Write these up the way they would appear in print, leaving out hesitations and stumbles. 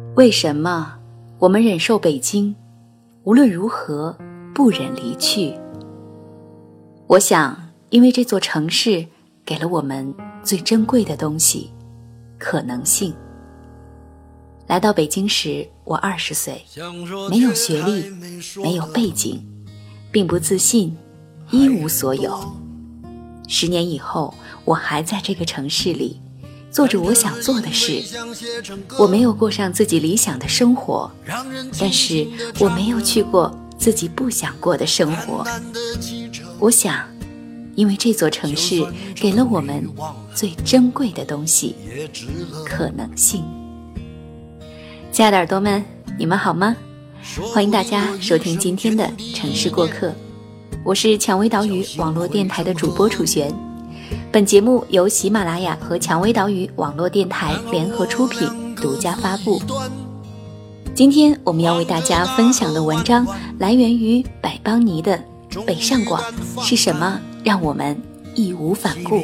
为什么我们忍受北京，无论如何不忍离去？我想，因为这座城市给了我们最珍贵的东西——可能性。来到北京时，我20岁，没有学历，没有背景，并不自信，一无所有。10年以后，我还在这个城市里，做着我想做的事。我没有过上自己理想的生活，但是我没有去过自己不想过的生活。我想，因为这座城市给了我们最珍贵的东西——可能性。亲爱的耳朵们，你们好吗？欢迎大家收听今天的城市过客，我是蔷薇岛屿网络电台的主播楚璇。本节目由喜马拉雅和蔷薇岛屿网络电台联合出品，独家发布。今天我们要为大家分享的文章来源于百邦尼的《北上广是什么让我们义无反顾》。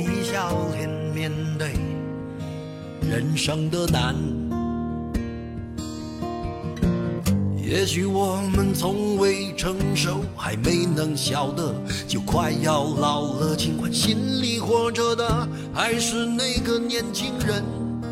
人生的难，也许我们从未成熟，还没能晓得，就快要老了。尽管心里活着的还是那个年轻人。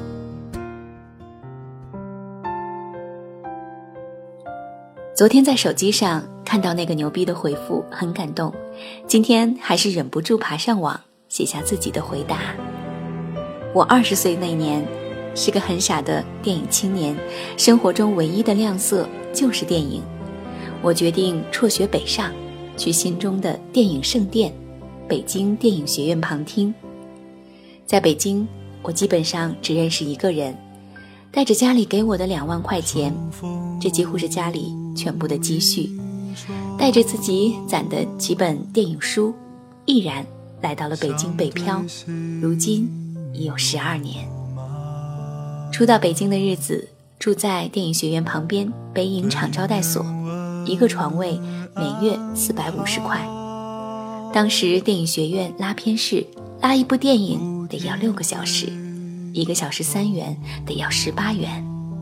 昨天在手机上看到那个牛逼的回复，很感动。今天还是忍不住爬上网，写下自己的回答。我20岁那年是个很傻的电影青年，生活中唯一的亮色就是电影。我决定辍学北上，去心中的电影圣殿北京电影学院旁听。在北京，我基本上只认识一个人，带着家里给我的2万块钱，这几乎是家里全部的积蓄，带着自己攒的几本电影书，毅然来到了北京北漂，如今已有12年。初到北京的日子，住在电影学院旁边北影厂招待所，一个床位每月450块。当时电影学院拉片室，拉一部电影得要6个小时，1个小时3元，得要18元。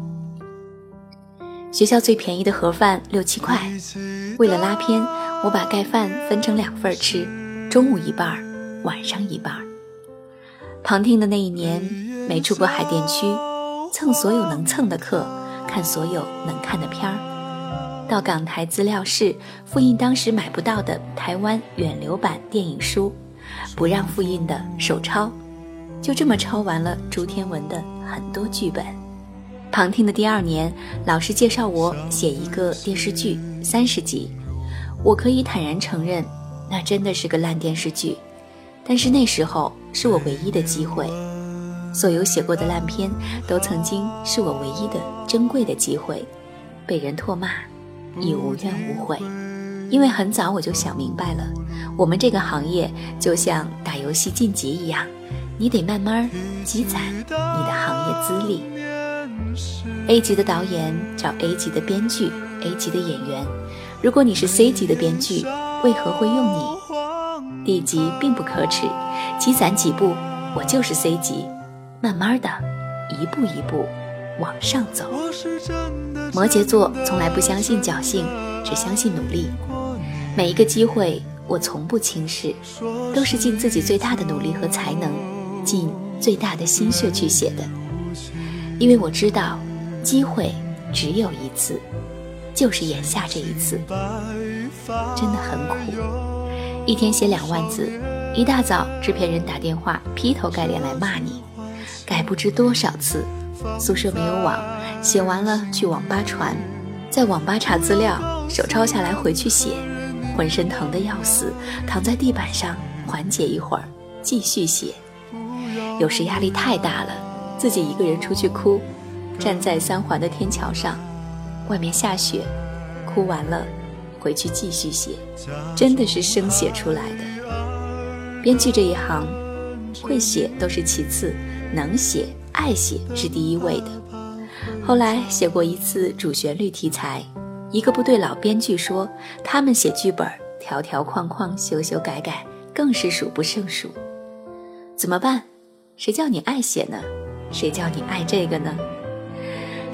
学校最便宜的盒饭6、7块，为了拉片，我把盖饭分成2份吃，中午一半，晚上一半。旁听的那一年，没出过海淀区，蹭所有能蹭的课，看所有能看的片儿，到港台资料室复印当时买不到的台湾远流版电影书，不让复印的手抄，就这么抄完了朱天文的很多剧本。旁听的第2年，老师介绍我写一个电视剧30集，我可以坦然承认那真的是个烂电视剧，但是那时候是我唯一的机会。所有写过的烂片都曾经是我唯一的珍贵的机会，被人唾骂亦无怨无悔。因为很早我就想明白了，我们这个行业就像打游戏晋级一样，你得慢慢积攒你的行业资历。A 级的导演找 A 级的编剧 A 级的演员，如果你是 C 级的编剧，为何会用你？ D 级并不可耻，积攒几步我就是 C 级，慢慢的一步一步往上走。摩羯座从来不相信侥幸，只相信努力。每一个机会我从不轻视，都是尽自己最大的努力和才能，尽最大的心血去写的。因为我知道机会只有一次，就是眼下这一次，真的很苦。一天写2万字，一大早制片人打电话劈头盖脸来骂你，改不知多少次，宿舍没有网，写完了去网吧传，在网吧查资料，手抄下来回去写，浑身疼得要死，躺在地板上缓解一会儿，继续写。有时压力太大了，自己一个人出去哭，站在3环的天桥上，外面下雪，哭完了回去继续写，真的是生写出来的。编剧这一行，会写都是其次，能写爱写是第一位的。后来写过一次主旋律题材，一个部队老编剧说他们写剧本条条框框修修改改，更是数不胜数。怎么办？谁叫你爱写呢？谁叫你爱这个呢？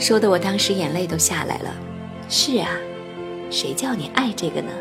说的我当时眼泪都下来了。是啊，谁叫你爱这个呢？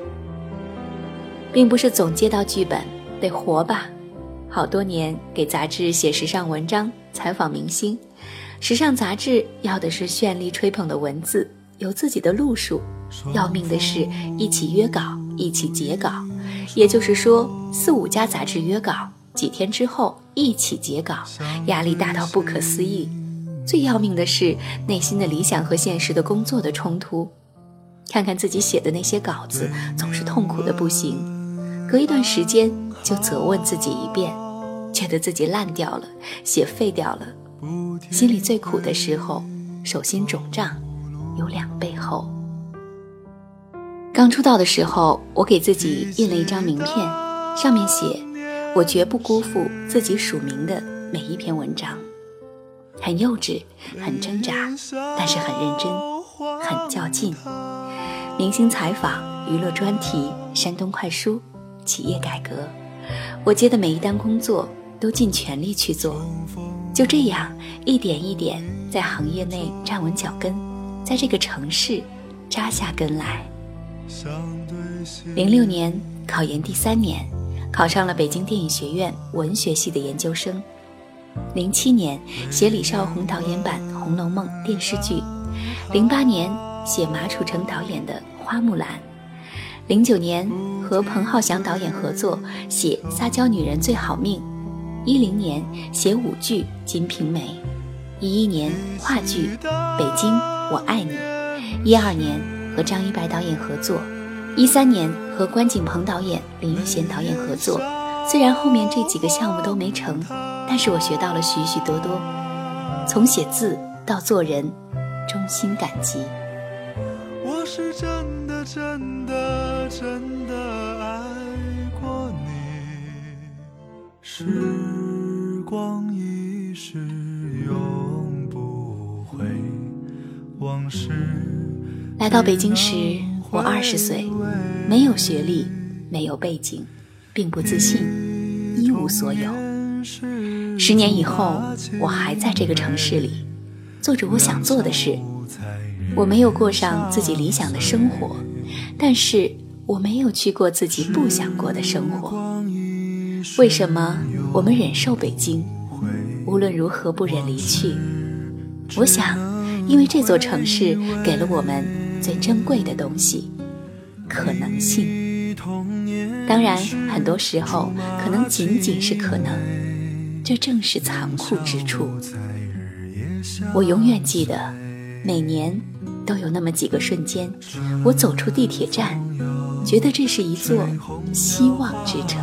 并不是总接到剧本得活吧，好多年给杂志写时尚文章，采访明星，时尚杂志要的是绚丽吹捧的文字，有自己的路数，要命的是一起约稿，一起截稿，也就是说4、5家杂志约稿，几天之后一起截稿，压力大到不可思议。最要命的是内心的理想和现实的工作的冲突，看看自己写的那些稿子，总是痛苦的不行，隔一段时间就责问自己一遍，觉得自己烂掉了，写废掉了。心里最苦的时候，手心肿胀有2倍厚。刚出道的时候，我给自己印了一张名片，上面写我绝不辜负自己署名的每一篇文章。很幼稚，很挣扎，但是很认真，很较劲。明星采访、娱乐专题、山东快书、企业改革，我接的每一单工作都尽全力去做。就这样一点一点在行业内站稳脚跟，在这个城市扎下根来。06年考研第3年，考上了北京电影学院文学系的研究生。07年写李少红导演版《红楼梦》电视剧，08年写马楚成导演的《花木兰》，09年和彭浩翔导演合作写《撒娇女人最好命》，10年写舞剧《金瓶梅》，11年话剧《北京我爱你》，12年和张一白导演合作，13年和关锦鹏导演、林育贤导演合作。虽然后面这几个项目都没成，但是我学到了许许多多，从写字到做人，衷心感激。 我是真的真的真的爱过你，时光一逝永不回，往事。 来到北京时我20岁，没有学历，没有背景，并不自信，一无所有。10年以后，我还在这个城市里，做着我想做的事。我没有过上自己理想的生活，但是我没有去过自己不想过的生活。为什么我们忍受北京，无论如何不忍离去？我想，因为这座城市给了我们最珍贵的东西——可能性。当然，很多时候可能仅仅是可能，这正是残酷之处。我永远记得，每年都有那么几个瞬间，我走出地铁站，觉得这是一座希望之城。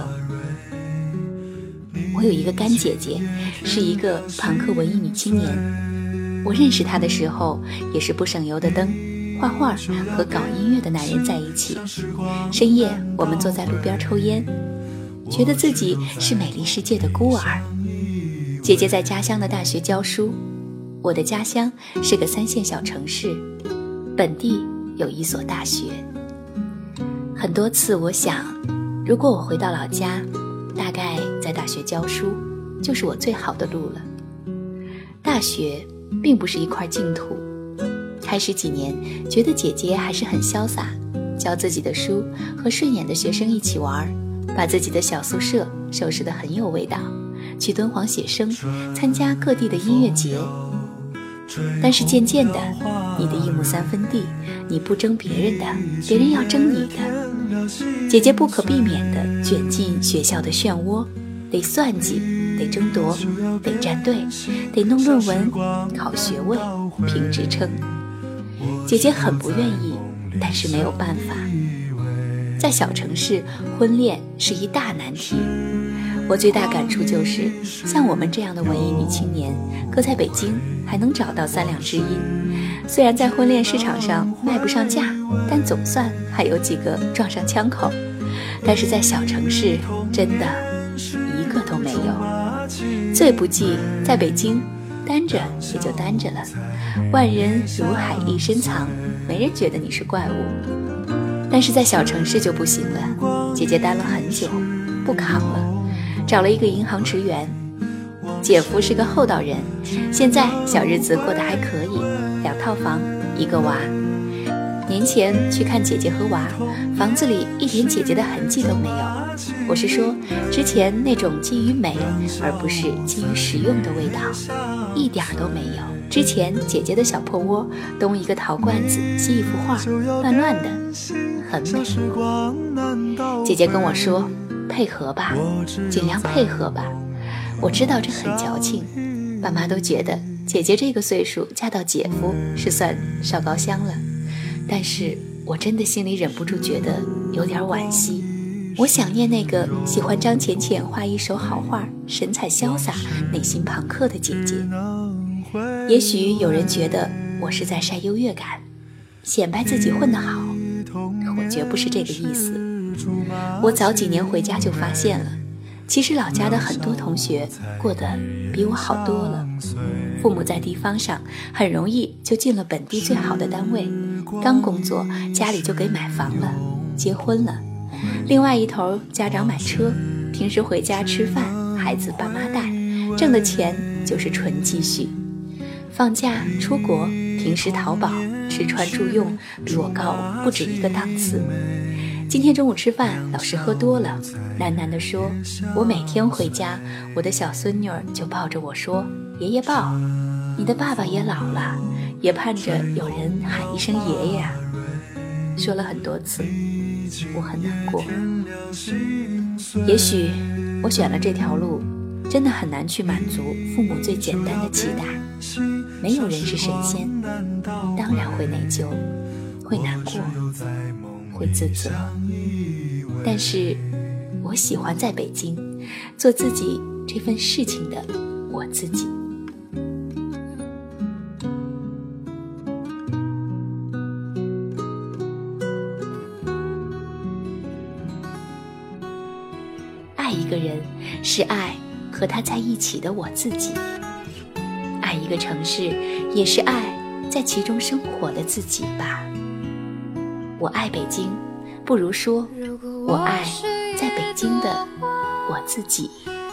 我有一个干姐姐，是一个朋克文艺女青年。我认识她的时候，也是不省油的灯，画画和搞音乐的男人在一起。深夜我们坐在路边抽烟，觉得自己是美丽世界的孤儿。姐姐在家乡的大学教书，我的家乡是个3线小城市，本地有一所大学。很多次我想，如果我回到老家，大概在大学教书就是我最好的路了。大学并不是一块净土，开始几年觉得姐姐还是很潇洒，教自己的书，和顺眼的学生一起玩，把自己的小宿舍收拾得很有味道，去敦煌写生，参加各地的音乐节。但是渐渐的，你的一亩3分地，你不争别人的，别人要争你的。姐姐不可避免地卷进学校的漩涡，得算计，得争夺，得站队，得弄论文，考学位，评职称。姐姐很不愿意，但是没有办法。在小城市，婚恋是一大难题。我最大感触就是，像我们这样的文艺女青年，搁在北京还能找到3两知音。虽然在婚恋市场上卖不上价，但总算还有几个撞上枪口。但是在小城市，真的一个都没有。最不济，在北京单着也就单着了，万人如海一深藏，没人觉得你是怪物。但是在小城市就不行了，姐姐单了很久，不考了，找了一个银行职员。 姐夫是个厚道人，现在小日子过得还可以，2套房1个娃。年前去看姐姐和娃，房子里一点姐姐的痕迹都没有。我是说，之前那种基于美而不是基于实用的味道，一点都没有。之前姐姐的小破窝，东一个陶罐子，西一幅画，乱乱的，很美。姐姐跟我说，配合吧，尽量配合吧。我知道这很矫情，爸妈都觉得姐姐这个岁数嫁到姐夫是算烧高香了，但是我真的心里忍不住觉得有点惋惜。我想念那个喜欢张浅浅画一手好画，神采潇洒，内心朋克的姐姐。也许有人觉得我是在晒优越感，显摆自己混得好，我绝不是这个意思。我早几年回家就发现了，其实老家的很多同学过得比我好多了。父母在地方上很容易就进了本地最好的单位，刚工作家里就给买房了，结婚了。另外一头家长买车，平时回家吃饭孩子爸妈带，挣的钱就是纯积蓄。放假出国，平时淘宝吃穿住用比我高不止一个档次。今天中午吃饭老是喝多了，喃喃地说，我每天回家，我的小孙女儿就抱着我说，爷爷抱，你的爸爸也老了，也盼着有人喊一声爷爷啊。说了很多次，我很难过。也许我选了这条路，真的很难去满足父母最简单的期待。没有人是神仙，当然会内疚，会难过，会自责。但是我喜欢在北京做自己这份事情的我自己。爱一个人是爱和他在一起的我自己，爱一个城市也是爱在其中生活的自己吧。我爱北京，不如说我爱在北京的我自己。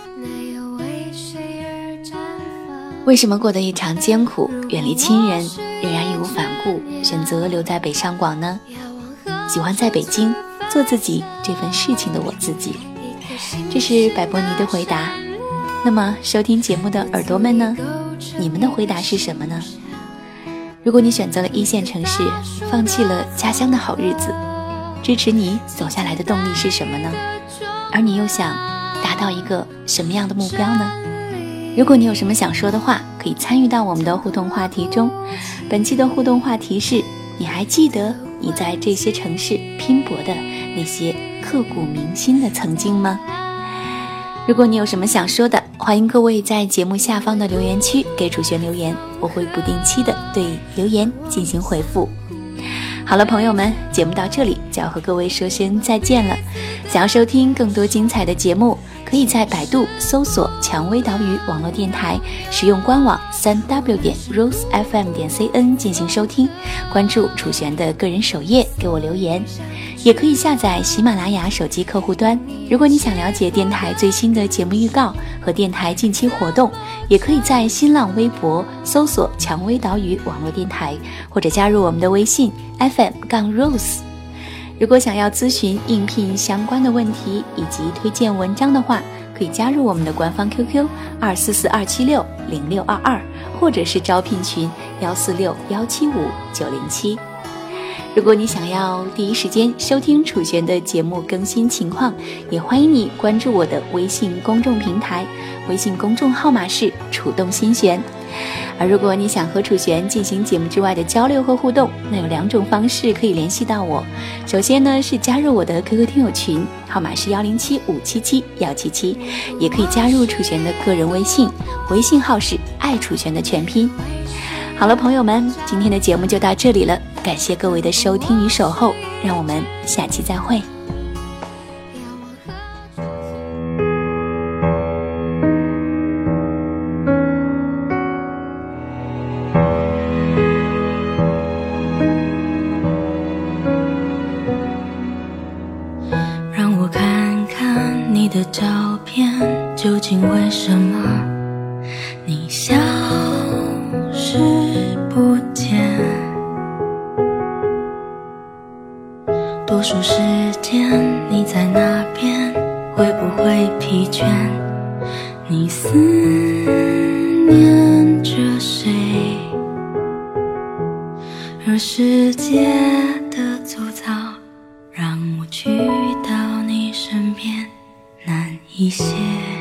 为什么过得一场艰苦，远离亲人，仍然义无反顾选择留在北上广呢？喜欢在北京做自己这份事情的我自己。这是百波尼的回答。那么收听节目的耳朵们呢，你们的回答是什么呢？如果你选择了一线城市，放弃了家乡的好日子，支持你走下来的动力是什么呢？而你又想达到一个什么样的目标呢？如果你有什么想说的话，可以参与到我们的互动话题中。本期的互动话题是，你还记得你在这些城市拼搏的那些刻骨铭心的曾经吗？如果你有什么想说的，欢迎各位在节目下方的留言区给楚璇留言，我会不定期的对留言进行回复。好了，朋友们，节目到这里就要和各位说声再见了。想要收听更多精彩的节目，可以在百度搜索蔷薇岛屿网络电台，使用官网3w.rosefm.cn 进行收听，关注楚璇的个人首页给我留言，也可以下载喜马拉雅手机客户端。如果你想了解电台最新的节目预告和电台近期活动，也可以在新浪微博搜索蔷薇岛屿网络电台，或者加入我们的微信 FM-Rose。如果想要咨询应聘相关的问题以及推荐文章的话，可以加入我们的官方 QQ 244-276-0622，或者是招聘群146-175-907。如果你想要第一时间收听楚璇的节目更新情况，也欢迎你关注我的微信公众平台，微信公众号码是楚动心弦。而如果你想和楚璇进行节目之外的交流和互动，那有2种方式可以联系到我。首先呢，是加入我的 QQ 听友群，号码是107-577-177，也可以加入楚璇的个人微信，微信号是爱楚璇的全拼。好了，朋友们，今天的节目就到这里了，感谢各位的收听与守候，让我们下期再会。 让我看看你的照片，究竟为什么数时间，你在那边会不会疲倦？你思念着谁？而世界的粗糙让我去到你身边难一些。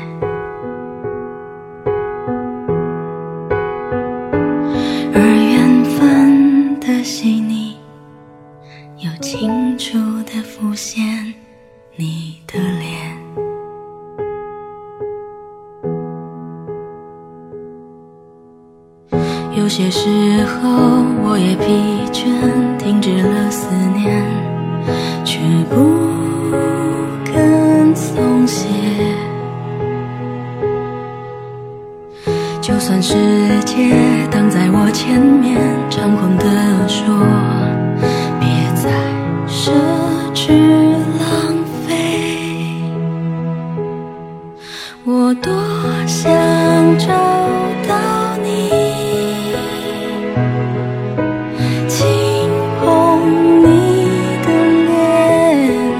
而缘分的细腻又清楚地浮现你的脸。有些时候我也疲倦，停止了思念，却不肯松懈。就算世界挡在我前面，猖狂地说别再奢侈浪费，我多想找到你，轻碰你的脸，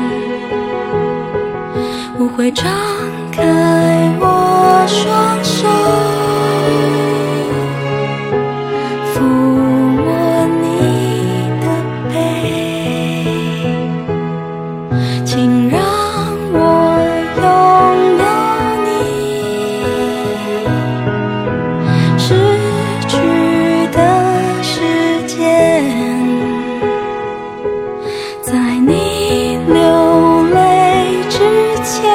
我会张开我双手，抚摸你的背，请让我拥有你，失去的时间，在你流泪之前，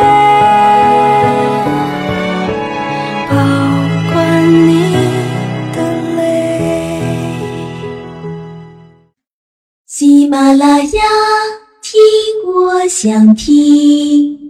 保管你的泪。 喜马拉雅，听我想听。